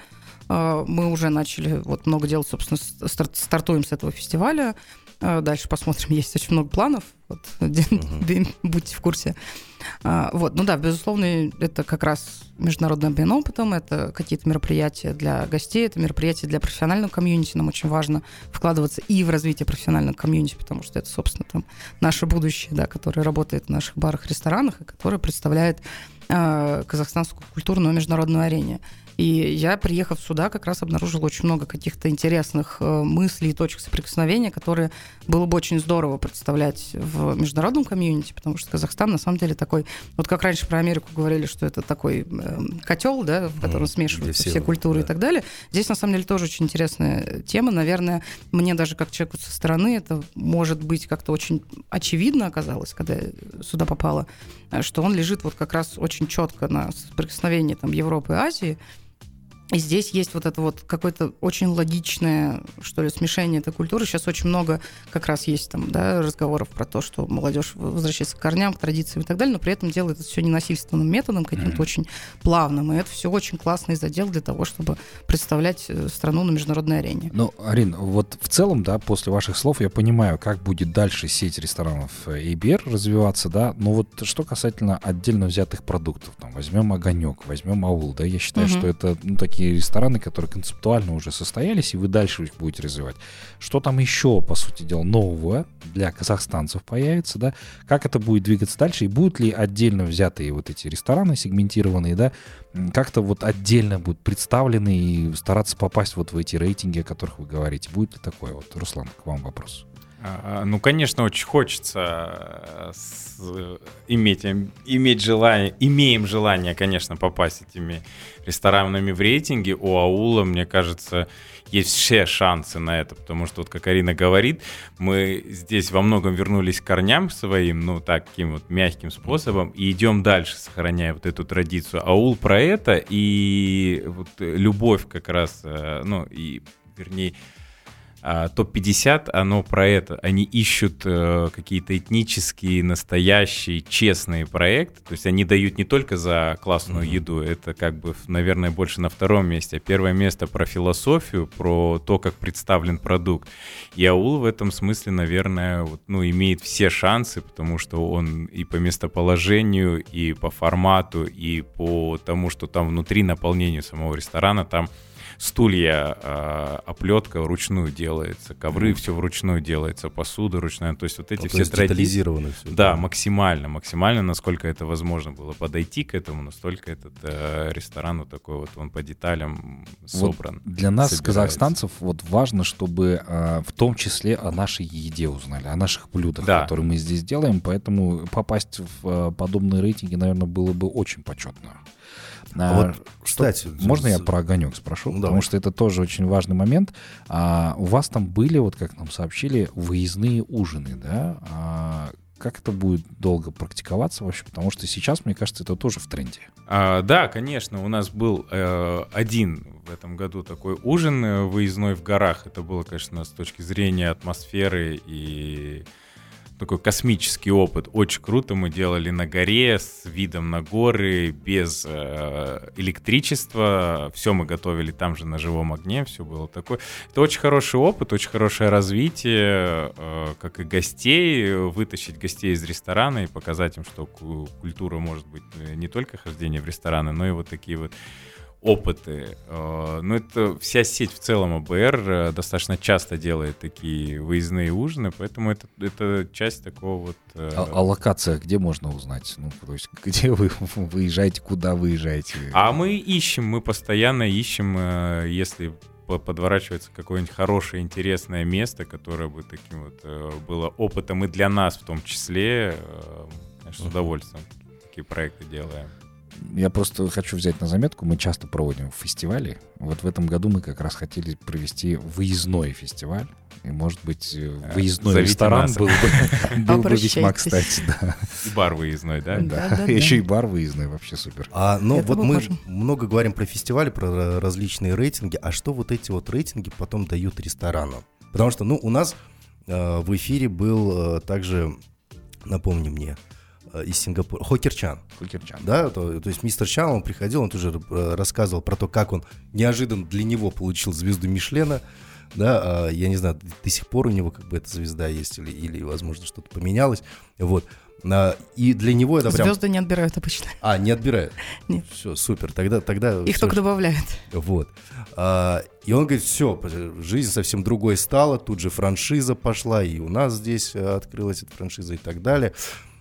Мы уже начали вот, много делать, собственно, старт, стартуем с этого фестиваля. Дальше посмотрим, есть очень много планов. Вот, uh-huh. Будьте в курсе. Вот, ну да, безусловно, это как раз международный обмен опытом, это какие-то мероприятия для гостей, это мероприятия для профессионального комьюнити. Нам очень важно вкладываться и в развитие профессионального комьюнити, потому что это, собственно, там, наше будущее, да, которое работает в наших барах, ресторанах и которое представляет э, казахстанскую культуру на международной арене. И я, приехав сюда, как раз обнаружила очень много каких-то интересных э, мыслей и точек соприкосновения, которые было бы очень здорово представлять в международном комьюнити, потому что Казахстан, на самом деле, такой... Вот как раньше про Америку говорили, что это такой э, котел, да, в котором mm, смешиваются все культуры, да, и так далее. Здесь, на самом деле, тоже очень интересная тема. Наверное, мне даже как человеку со стороны это, может быть, как-то очень очевидно оказалось, когда я сюда попала, что он лежит вот как раз очень четко на соприкосновении там, Европы и Азии. И здесь есть вот это вот какое-то очень логичное, что ли, смешение этой культуры. Сейчас очень много как раз есть там, да, разговоров про то, что молодежь возвращается к корням, к традициям и так далее, но при этом делает это все ненасильственным методом, каким-то mm-hmm. очень плавным. И это все очень классный задел для того, чтобы представлять страну на международной арене. Ну, Арин, вот в целом, да, после ваших слов я понимаю, как будет дальше сеть ресторанов эй би ар развиваться, да, но вот что касательно отдельно взятых продуктов, там, возьмем «Огонек», возьмем «Аул», да, я считаю, mm-hmm. что это, ну, такие рестораны, которые концептуально уже состоялись, и вы дальше их будете развивать. Что там еще, по сути дела, нового для казахстанцев появится, да? Как это будет двигаться дальше? И будут ли отдельно взятые вот эти рестораны, сегментированные, да, как-то вот отдельно будут представлены и стараться попасть вот в эти рейтинги, о которых вы говорите? Будет ли такое? Вот, Руслан, к вам вопрос. Ну, конечно, очень хочется с, иметь, иметь желание, имеем желание, конечно, попасть этими ресторанами в рейтинги. У аула, мне кажется, есть все шансы на это, потому что, вот как Арина говорит, мы здесь во многом вернулись к корням своим, ну, таким вот мягким способом, и идем дальше, сохраняя вот эту традицию. Аул про это, и вот любовь как раз, ну, и, вернее, топ пятьдесят, оно про это. Они ищут э, какие-то этнические, настоящие, честные проекты. То есть они дают не только за классную mm-hmm. еду, это как бы, наверное, больше на втором месте. А первое место про философию, про то, как представлен продукт. И аул в этом смысле, наверное, вот, ну, имеет все шансы, потому что он и по местоположению, и по формату, и по тому, что там внутри наполнению самого ресторана, там стулья, э, оплетка вручную делается, ковры mm. все вручную делается, посуда ручная, то есть вот эти ну, все традиции. Все, да, да, максимально, максимально, насколько это возможно было подойти к этому, настолько этот э, ресторан вот такой вот, он по деталям собран. Вот для нас, собирается. казахстанцев, вот важно, чтобы э, в том числе о нашей еде узнали, о наших блюдах, да. которые мы здесь делаем, поэтому попасть в э, подобные рейтинги, наверное, было бы очень почетно. А вот, кстати, можно я про огонек спрошу? Ну, потому что это тоже очень важный момент. А, у вас там были, вот как нам сообщили, выездные ужины, да? А, как это будет долго практиковаться вообще? Потому что сейчас, мне кажется, это тоже в тренде. А, да, конечно, у нас был э, один в этом году такой ужин э, выездной в горах. Это было, конечно, с точки зрения атмосферы и такой космический опыт. Очень круто. Мы делали на горе с видом на горы, без э, электричества. Все мы готовили там же на живом огне. Все было такое. Это очень хороший опыт, очень хорошее развитие, э, как и гостей. Вытащить гостей из ресторана и показать им, что культура может быть не только хождение в рестораны, но и вот такие вот опыты. Ну, это вся сеть в целом АБР достаточно часто делает такие выездные ужины, поэтому это, это часть такого вот... А, а локация где можно узнать? Ну, то есть где вы выезжаете, куда выезжаете? А мы ищем, мы постоянно ищем, если подворачивается какое-нибудь хорошее, интересное место, которое бы таким вот было опытом и для нас в том числе, конечно, с удовольствием такие проекты делаем. Я просто хочу взять на заметку, мы часто проводим фестивали. Вот в этом году мы как раз хотели провести выездной фестиваль. И, может быть, выездной Зовите ресторан нас. был бы, был бы весьма кстати. Да. И бар выездной, да? Да, Да, да, еще да. и бар выездной, вообще супер. А, ну, Это вот мы важно. много говорим про фестивали, про различные рейтинги. А что вот эти вот рейтинги потом дают ресторанам? Потому что, ну, у нас э, в эфире был э, также, напомни мне, из Сингапура, Хокер Чан. Хокер Чан. Да, то, то есть мистер Чан, он приходил, он тоже э, рассказывал про то, как он неожиданно для него получил звезду Мишлена. Да, э, я не знаю, до сих пор у него как бы эта звезда есть или, или возможно, что-то поменялось. Вот. А, и для него это прям... Звезды не отбирают обычно. А, не отбирают? Нет. Все, супер. Тогда, тогда Их всё, только добавляют. вот. А, и он говорит, все, жизнь совсем другой стала, тут же франшиза пошла, и у нас здесь открылась эта франшиза и так далее.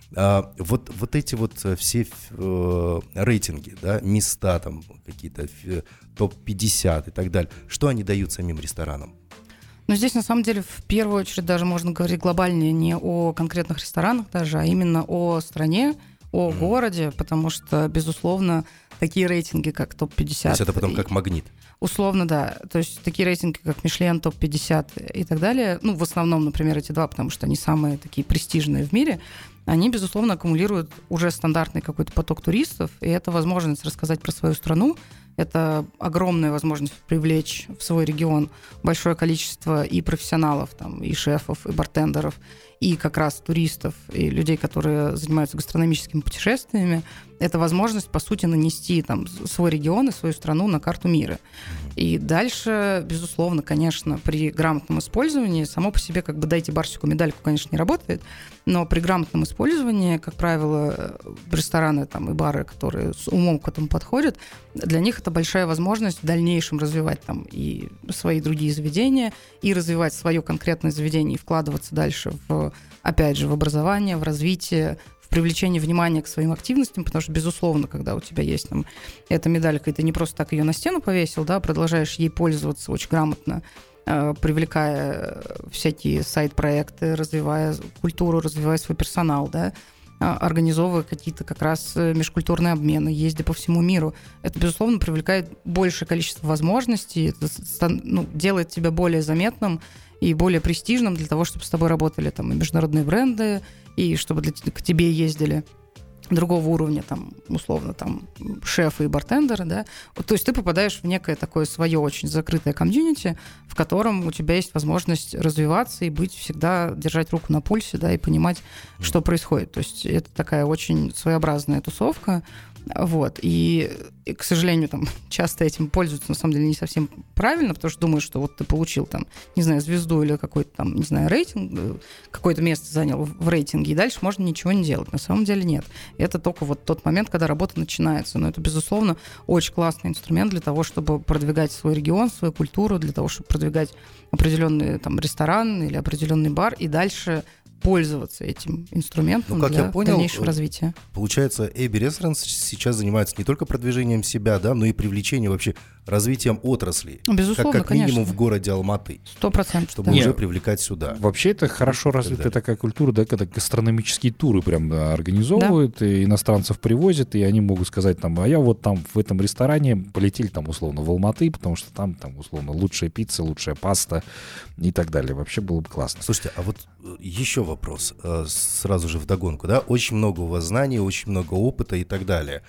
А, вот, вот эти вот все э, рейтинги, да, места там какие-то, топ пятьдесят и так далее, что они дают самим ресторанам? Но здесь, на самом деле, в первую очередь даже можно говорить глобальнее не о конкретных ресторанах даже, а именно о стране, о mm. городе, потому что, безусловно, такие рейтинги, как топ пятьдесят... То есть это потом как магнит? Условно, да. То есть такие рейтинги, как Мишлен, топ пятьдесят и так далее, ну, в основном, например, эти два, потому что они самые такие престижные в мире, они, безусловно, аккумулируют уже стандартный какой-то поток туристов, и это возможность рассказать про свою страну, это огромная возможность привлечь в свой регион большое количество и профессионалов, там, и шефов, и бартендеров, и как раз туристов, и людей, которые занимаются гастрономическими путешествиями. Это возможность, по сути, нанести там, свой регион и свою страну на карту мира. И дальше, безусловно, конечно, при грамотном использовании, само по себе, как бы дайте барсику медальку, конечно, не работает, но при грамотном использовании, как правило, рестораны там, и бары, которые с умом к этому подходят, для них это большая возможность в дальнейшем развивать там и свои другие заведения, и развивать свое конкретное заведение, и вкладываться дальше в, опять же, в образование, в развитие, в привлечение внимания к своим активностям, потому что, безусловно, когда у тебя есть там эта медалька, и ты не просто так ее на стену повесил, да, продолжаешь ей пользоваться очень грамотно привлекая всякие сайт-проекты, развивая культуру, развивая свой персонал, да, организовывая какие-то как раз межкультурные обмены, ездя по всему миру. Это, безусловно, привлекает большее количество возможностей, это, ну, делает тебя более заметным и более престижным для того, чтобы с тобой работали там и международные бренды, и чтобы для, к тебе ездили другого уровня, там, условно, там, шефы и бартендеры, да. Вот, то есть ты попадаешь в некое такое свое очень закрытое комьюнити, в котором у тебя есть возможность развиваться и быть всегда, держать руку на пульсе, да, и понимать, что происходит. То есть это такая очень своеобразная тусовка, вот. И, и, к сожалению, там, часто этим пользуются, на самом деле, не совсем правильно, потому что думаешь, что вот ты получил, там, не знаю, звезду или какой-то там, не знаю, рейтинг, какое-то место занял в рейтинге, и дальше можно ничего не делать. На самом деле нет. Это только вот тот момент, когда работа начинается. Но это, безусловно, очень классный инструмент для того, чтобы продвигать свой регион, свою культуру, для того, чтобы продвигать определенный там ресторан или определенный бар, и дальше пользоваться этим инструментом, ну, как для я понял, дальнейшего развития. Получается, эй би Restaurants сейчас занимается не только продвижением себя, да, но и привлечением, вообще развитием отрасли. Безусловно, как, как минимум конечно. В городе Алматы. Сто процентов. Чтобы да. уже Нет, привлекать сюда. Вообще это хорошо развитая такая культура, да, когда гастрономические туры прям да, организовывают, да. И иностранцев привозят, и они могут сказать, там, а я вот там в этом ресторане полетели там условно в Алматы, потому что там, там условно лучшая пицца, лучшая паста и так далее. Вообще было бы классно. Слушайте, а вот еще вопрос, сразу же вдогонку, да, очень много у вас знаний, очень много опыта и так далее.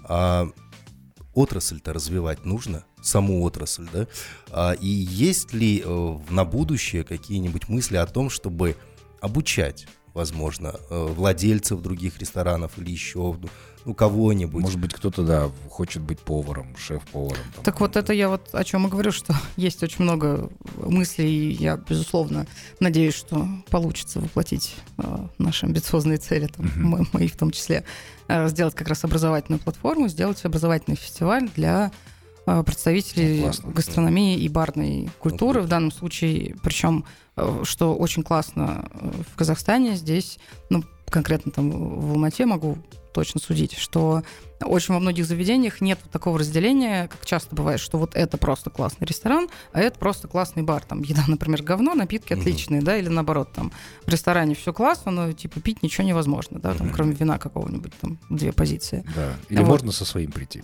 А отрасль-то развивать нужно, саму отрасль, да? А, и есть ли э, на будущее какие-нибудь мысли о том, чтобы обучать, возможно, э, владельцев других ресторанов или еще, ну, кого-нибудь? Может быть, кто-то, да, хочет быть поваром, шеф-поваром. Там, так вот да. Это я вот о чем и говорю, что есть очень много мыслей, и я, безусловно, надеюсь, что получится воплотить э, наши амбициозные цели, там, uh-huh. мои в том числе, э, сделать как раз образовательную платформу, сделать образовательный фестиваль для э, представителей ну, классно, гастрономии да. и барной культуры ну, в данном случае, причем, э, что очень классно в Казахстане, здесь, ну, конкретно там в Алмате могу точно судить, что очень во многих заведениях нет такого разделения, как часто бывает, что вот это просто классный ресторан, а это просто классный бар. Там еда, например, говно, напитки отличные, mm-hmm. да, или наоборот, там в ресторане все классно, но типа пить ничего невозможно, да, там, mm-hmm. кроме вина какого-нибудь, там две позиции. Да, или вот. Можно со своим прийти.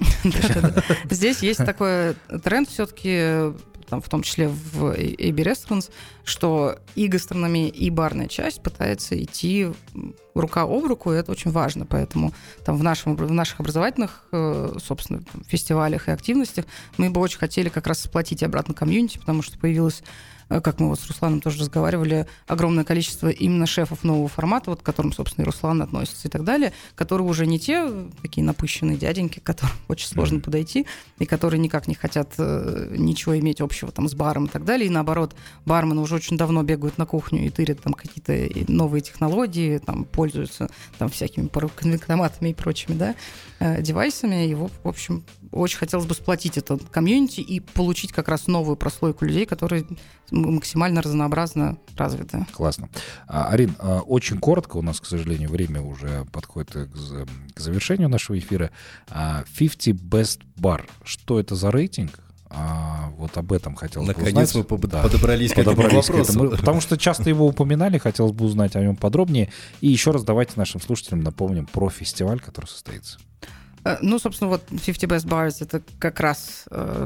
Здесь есть такой тренд все-таки, там, в том числе в эй би Restaurants, что и гастрономия, и барная часть пытается идти рука об руку, и это очень важно. Поэтому там, в, нашем, в наших образовательных, собственно, фестивалях и активностях мы бы очень хотели как раз сплотить обратно комьюнити, потому что появилось, как мы вот с Русланом тоже разговаривали, огромное количество именно шефов нового формата, вот к которым, собственно, и Руслан относится и так далее, которые уже не те такие напыщенные дяденьки, к которым очень сложно mm-hmm. подойти, и которые никак не хотят э, ничего иметь общего там с баром и так далее. И наоборот, бармены уже очень давно бегают на кухню и тырят там какие-то новые технологии, там пользуются там всякими конвектоматами и прочими, да, э, девайсами. Его, в общем, очень хотелось бы сплотить это комьюнити и получить как раз новую прослойку людей, которые максимально разнообразно развиты. Классно. А, Арин, а, очень коротко, у нас, к сожалению, время уже подходит к, к завершению нашего эфира. А, пятьдесят Best Bar. Что это за рейтинг? А, вот об этом хотелось Наконец бы узнать. мы по- да. подобрались, подобрались к к этому вопросу. Потому что часто его упоминали, хотелось бы узнать о нем подробнее. И еще раз давайте нашим слушателям напомним про фестиваль, который состоится. Ну, собственно, вот пятьдесят Best Bars — это как раз э,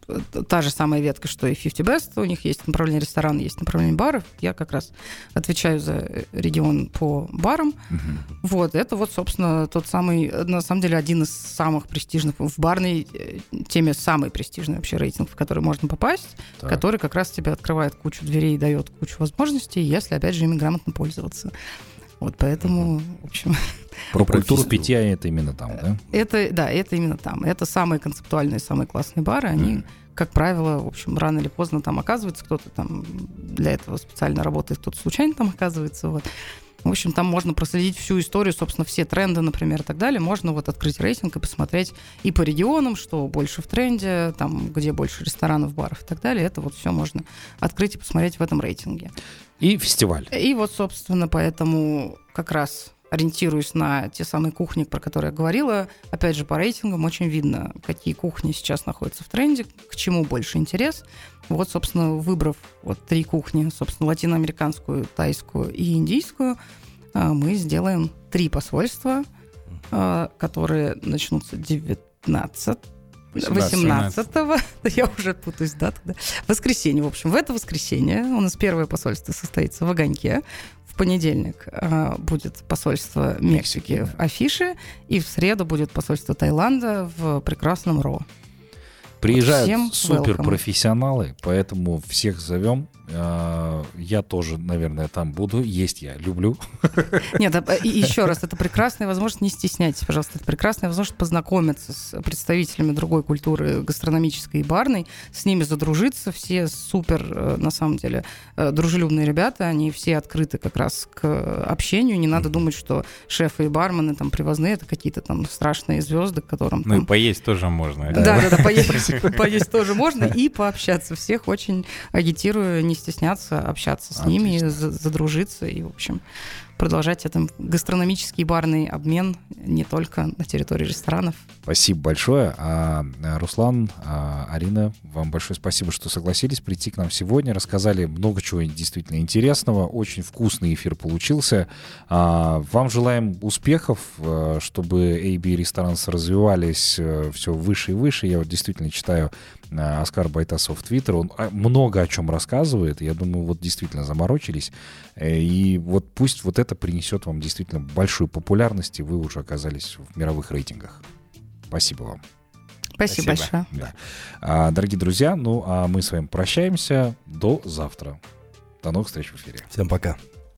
та же самая ветка, что и пятьдесят Best. У них есть направление ресторан, есть направление баров. Я как раз отвечаю за регион по барам. Uh-huh. Вот, это вот, собственно, тот самый, на самом деле, один из самых престижных, в барной теме самый престижный вообще рейтинг, в который можно попасть, так. который как раз тебе открывает кучу дверей и дает кучу возможностей, если, опять же, ими грамотно пользоваться. Вот поэтому, в общем... Про культуру питья это именно там, да? Это, да, это именно там. Это самые концептуальные, самые классные бары. Они, mm. как правило, в общем, рано или поздно там оказывается. Кто-то там для этого специально работает, кто-то случайно там оказывается. Вот. В общем, там можно проследить всю историю, собственно, все тренды, например, и так далее. Можно вот открыть рейтинг и посмотреть и по регионам, что больше в тренде, там, где больше ресторанов, баров и так далее. Это вот все можно открыть и посмотреть в этом рейтинге. И фестиваль. И вот, собственно, поэтому как раз ориентируясь на те самые кухни, про которые я говорила, опять же, по рейтингам очень видно, какие кухни сейчас находятся в тренде, к чему больше интерес. Вот, собственно, выбрав вот три кухни, собственно, латиноамериканскую, тайскую и индийскую, мы сделаем три посольства, которые начнутся девятнадцатого, восемнадцатого, я уже путаюсь, да, тогда. Воскресенье, в общем, в это воскресенье у нас первое посольство состоится в Огоньке. В понедельник э, будет посольство Мексики, Мексики в Афише, и в среду будет посольство Таиланда в прекрасном Ро. Приезжают вот суперпрофессионалы, поэтому всех зовем. Я тоже, наверное, там буду. Есть я люблю. Нет, и еще раз, это прекрасная возможность, не стесняйтесь, пожалуйста, это прекрасная возможность познакомиться с представителями другой культуры гастрономической и барной, с ними задружиться. Все супер, на самом деле, дружелюбные ребята, они все открыты как раз к общению. Не надо думать, что шефы и бармены там привозные, это какие-то там страшные звезды, к которым... Ну там... и поесть тоже можно. Да-да-да, поесть, поесть тоже можно, и пообщаться. Всех очень агитирую не стесняться, общаться с Отлично. ними, задружиться и, в общем, продолжать этот гастрономический барный обмен не только на территории ресторанов. Спасибо большое. А, Руслан, а, Арина, вам большое спасибо, что согласились прийти к нам сегодня. Рассказали много чего действительно интересного. Очень вкусный эфир получился. А, вам желаем успехов, чтобы эй би Restaurants развивались все выше и выше. Я вот действительно читаю Оскар Байтасов в Твиттер, он много о чем рассказывает. Я думаю, вот действительно заморочились. И вот пусть вот это принесет вам действительно большую популярность, и вы уже оказались в мировых рейтингах. Спасибо вам. Спасибо, Спасибо. большое. Да. А, дорогие друзья, ну а мы с вами прощаемся до завтра. До новых встреч в эфире. Всем пока.